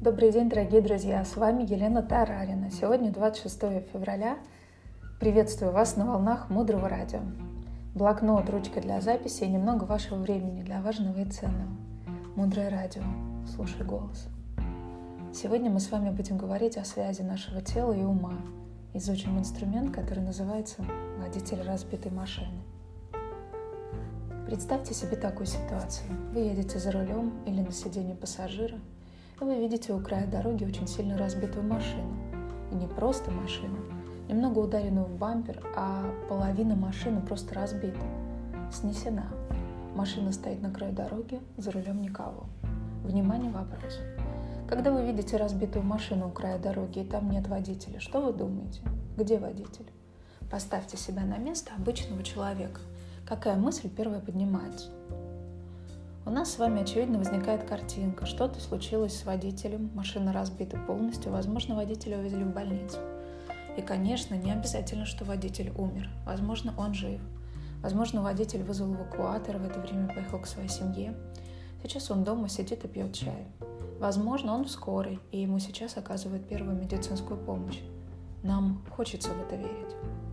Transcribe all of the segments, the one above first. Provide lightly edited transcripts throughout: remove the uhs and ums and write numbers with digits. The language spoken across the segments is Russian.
Добрый день, дорогие друзья! С вами Елена Тарарина. Сегодня 26 февраля. Приветствую вас на волнах Мудрого радио. Блокнот, ручка для записи и немного вашего времени для важного и ценного. Мудрое радио. Слушай голос. Сегодня мы с вами будем говорить о связи нашего тела и ума. Изучим инструмент, который называется «Водитель разбитой машины». Представьте себе такую ситуацию. Вы едете за рулем или на сиденье пассажира, и вы видите у края дороги очень сильно разбитую машину. И не просто машину, немного ударенную в бампер, а половина машины просто разбита, снесена. Машина стоит на краю дороги, за рулем никого. Внимание, вопрос. Когда вы видите разбитую машину у края дороги и там нет водителя, что вы думаете? Где водитель? Поставьте себя на место обычного человека. Какая мысль первая поднимается? У нас с вами, очевидно, возникает картинка. Что-то случилось с водителем, машина разбита полностью, возможно, водителя увезли в больницу. И, конечно, не обязательно, что водитель умер. Возможно, он жив. Возможно, водитель вызвал эвакуатор, в это время поехал к своей семье. Сейчас он дома сидит и пьет чай. Возможно, он в скорой, и ему сейчас оказывают первую медицинскую помощь. Нам хочется в это верить.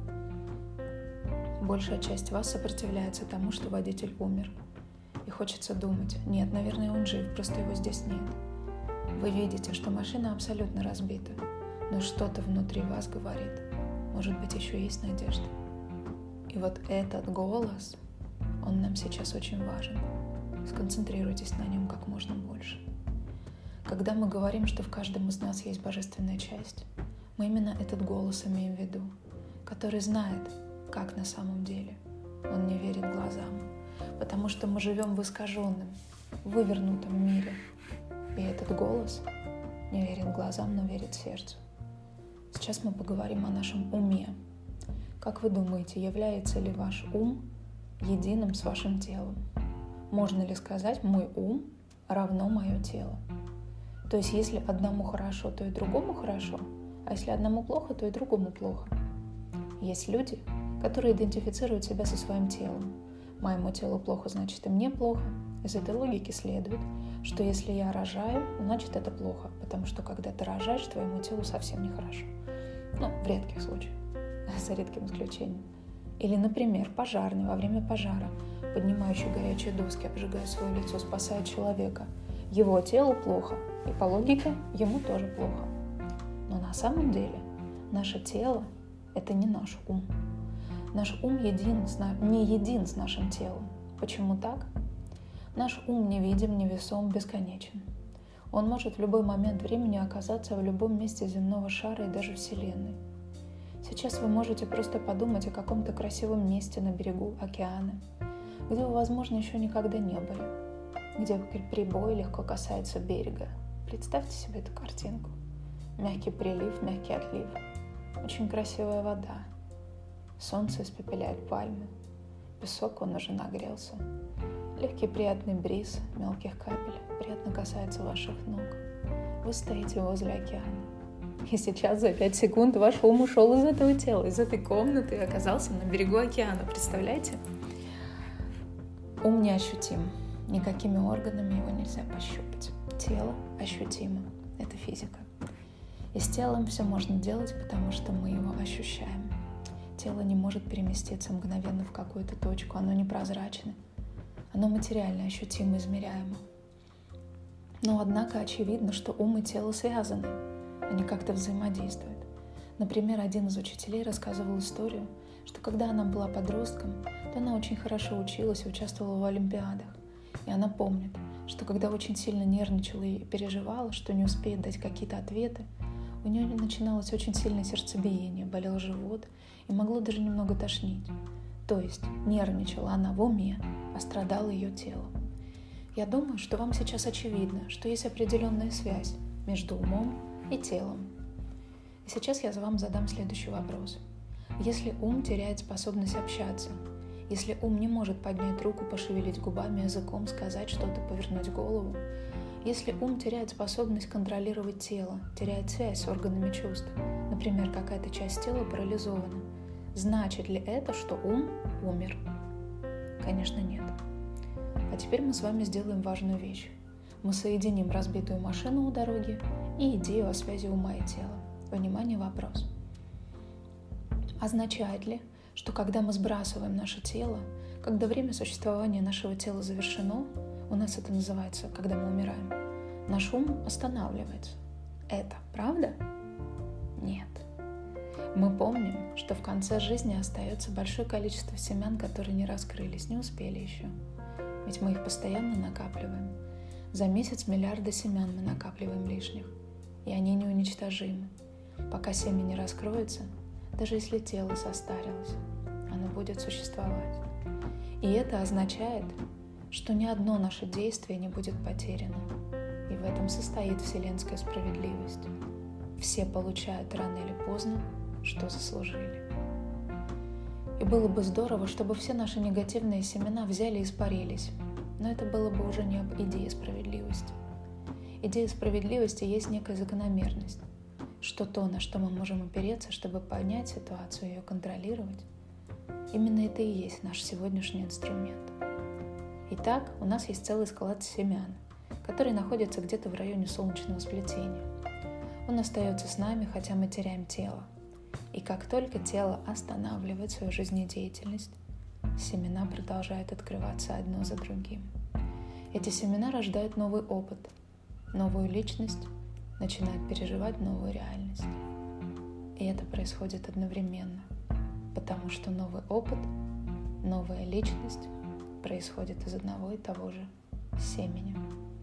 Большая часть вас сопротивляется тому, что водитель умер. И хочется думать, нет, наверное, он жив, просто его здесь нет. Вы видите, что машина абсолютно разбита, но что-то внутри вас говорит, может быть, еще есть надежда. И вот этот голос, он нам сейчас очень важен. Сконцентрируйтесь на нем как можно больше. Когда мы говорим, что в каждом из нас есть божественная часть, мы именно этот голос имеем в виду, который знает, как на самом деле. Он не верит глазам, потому что мы живем в искаженном, вывернутом мире. И этот голос не верит глазам, но верит сердцу. Сейчас мы поговорим о нашем уме. Как вы думаете, является ли ваш ум единым с вашим телом? Можно ли сказать «мой ум равно мое тело»? То есть, если одному хорошо, то и другому хорошо, а если одному плохо, то и другому плохо. Есть люди, которые идентифицируют себя со своим телом. Моему телу плохо, значит и мне плохо. Из этой логики следует, что если я рожаю, значит это плохо, потому что когда ты рожаешь, твоему телу совсем нехорошо. В редких случаях, за редким исключением. Или, например, пожарный во время пожара, поднимающий горячие доски, обжигая свое лицо, спасает человека. Его телу плохо, и по логике ему тоже плохо. Но на самом деле наше тело – это не наш ум. Наш ум не един с нашим телом. Почему так? Наш ум невидим, невесом, бесконечен. Он может в любой момент времени оказаться в любом месте земного шара и даже Вселенной. Сейчас вы можете просто подумать о каком-то красивом месте на берегу океана, где вы, возможно, еще никогда не были, где прибой легко касается берега. Представьте себе эту картинку. Мягкий прилив, мягкий отлив. Очень красивая вода. Солнце испепеляет пальмы. Песок, он уже нагрелся. Легкий приятный бриз мелких капель приятно касается ваших ног. Вы стоите возле океана. И сейчас за 5 секунд ваш ум ушел из этого тела, из этой комнаты и оказался на берегу океана. Представляете? Ум неощутим. Никакими органами его нельзя пощупать. Тело ощутимо. Это физика. И с телом все можно делать, потому что мы его ощущаем. Тело не может переместиться мгновенно в какую-то точку, оно непрозрачно, оно материально ощутимо, измеряемо. Но однако очевидно, что ум и тело связаны, они как-то взаимодействуют. Например, один из учителей рассказывал историю, что когда она была подростком, то она очень хорошо училась и участвовала в олимпиадах. И она помнит, что когда очень сильно нервничала и переживала, что не успеет дать какие-то ответы, у нее начиналось очень сильное сердцебиение, болел живот и могло даже немного тошнить. То есть нервничала она в уме, а страдало ее тело. Я думаю, что вам сейчас очевидно, что есть определенная связь между умом и телом. И сейчас я вам задам следующий вопрос. Если ум теряет способность общаться, если ум не может поднять руку, пошевелить губами, языком, сказать что-то, повернуть голову, если ум теряет способность контролировать тело, теряет связь с органами чувств, например, какая-то часть тела парализована, значит ли это, что ум умер? Конечно, нет. А теперь мы с вами сделаем важную вещь. Мы соединим разбитую машину у дороги и идею о связи ума и тела. Внимание, вопрос. Означает ли, что когда мы сбрасываем наше тело, когда время существования нашего тела завершено, у нас это называется, когда мы умираем, наш ум останавливается? Это правда? Нет. Мы помним, что в конце жизни остается большое количество семян, которые не раскрылись, не успели еще. Ведь мы их постоянно накапливаем. За месяц миллиарды семян мы накапливаем лишних, и они неуничтожимы. Пока семя не раскроется, даже если тело состарилось, оно будет существовать. И это означает, что ни одно наше действие не будет потеряно. И в этом состоит вселенская справедливость. Все получают рано или поздно, что заслужили. И было бы здорово, чтобы все наши негативные семена взяли и испарились. Но это было бы уже не об идее справедливости. Идея справедливости есть некая закономерность, что то, на что мы можем опереться, чтобы понять ситуацию и ее контролировать, именно это и есть наш сегодняшний инструмент. Итак, у нас есть целый склад семян, который находится где-то в районе солнечного сплетения. Он остается с нами, хотя мы теряем тело. И как только тело останавливает свою жизнедеятельность, семена продолжают открываться одно за другим. Эти семена рождают новый опыт, новую личность, начинают переживать новую реальность. И это происходит одновременно, потому что новый опыт, новая личность происходит из одного и того же семени.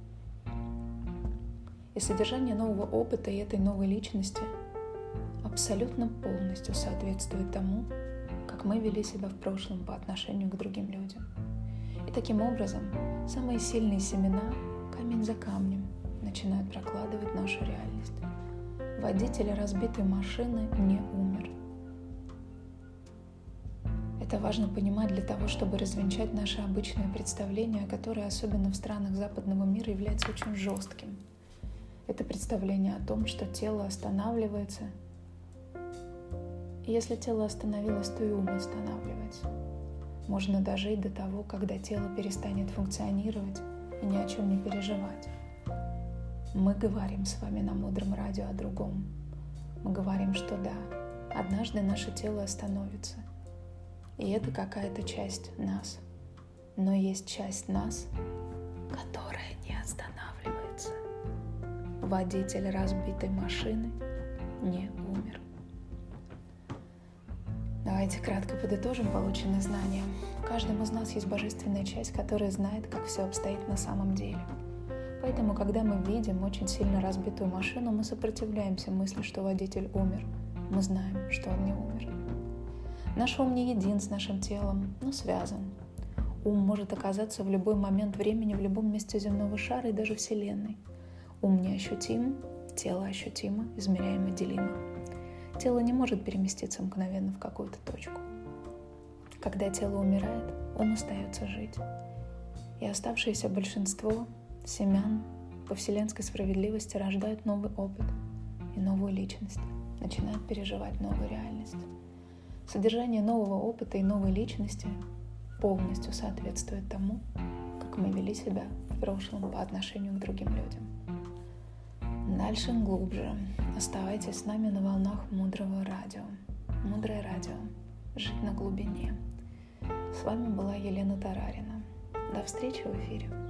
И содержание нового опыта и этой новой личности абсолютно полностью соответствует тому, как мы вели себя в прошлом по отношению к другим людям. И таким образом самые сильные семена, камень за камнем, начинают прокладывать нашу реальность. Водитель разбитой машины не умер. Это важно понимать для того, чтобы развенчать наше обычное представление, которое особенно в странах западного мира является очень жестким. Это представление о том, что тело останавливается. И если тело остановилось, то и ум останавливается. Можно дожить до того, когда тело перестанет функционировать и ни о чем не переживать. Мы говорим с вами на мудром радио о другом. Мы говорим, что да, однажды наше тело остановится. И это какая-то часть нас. Но есть часть нас, которая не останавливается. Водитель разбитой машины не умер. Давайте кратко подытожим полученные знания. В каждом из нас есть божественная часть, которая знает, как все обстоит на самом деле. Поэтому, когда мы видим очень сильно разбитую машину, мы сопротивляемся мысли, что водитель умер. Мы знаем, что он не умер. Наш ум не един с нашим телом, но связан. Ум может оказаться в любой момент времени, в любом месте земного шара и даже Вселенной. Ум неощутим, тело ощутимо, измеряемо, делимо. Тело не может переместиться мгновенно в какую-то точку. Когда тело умирает, ум остается жить. И оставшееся большинство семян по вселенской справедливости рождают новый опыт и новую личность, начинают переживать новую реальность. Содержание нового опыта и новой личности полностью соответствует тому, как мы вели себя в прошлом по отношению к другим людям. Дальше глубже. Оставайтесь с нами на волнах мудрого радио. Мудрое радио. Жить на глубине. С вами была Елена Тарарина. До встречи в эфире.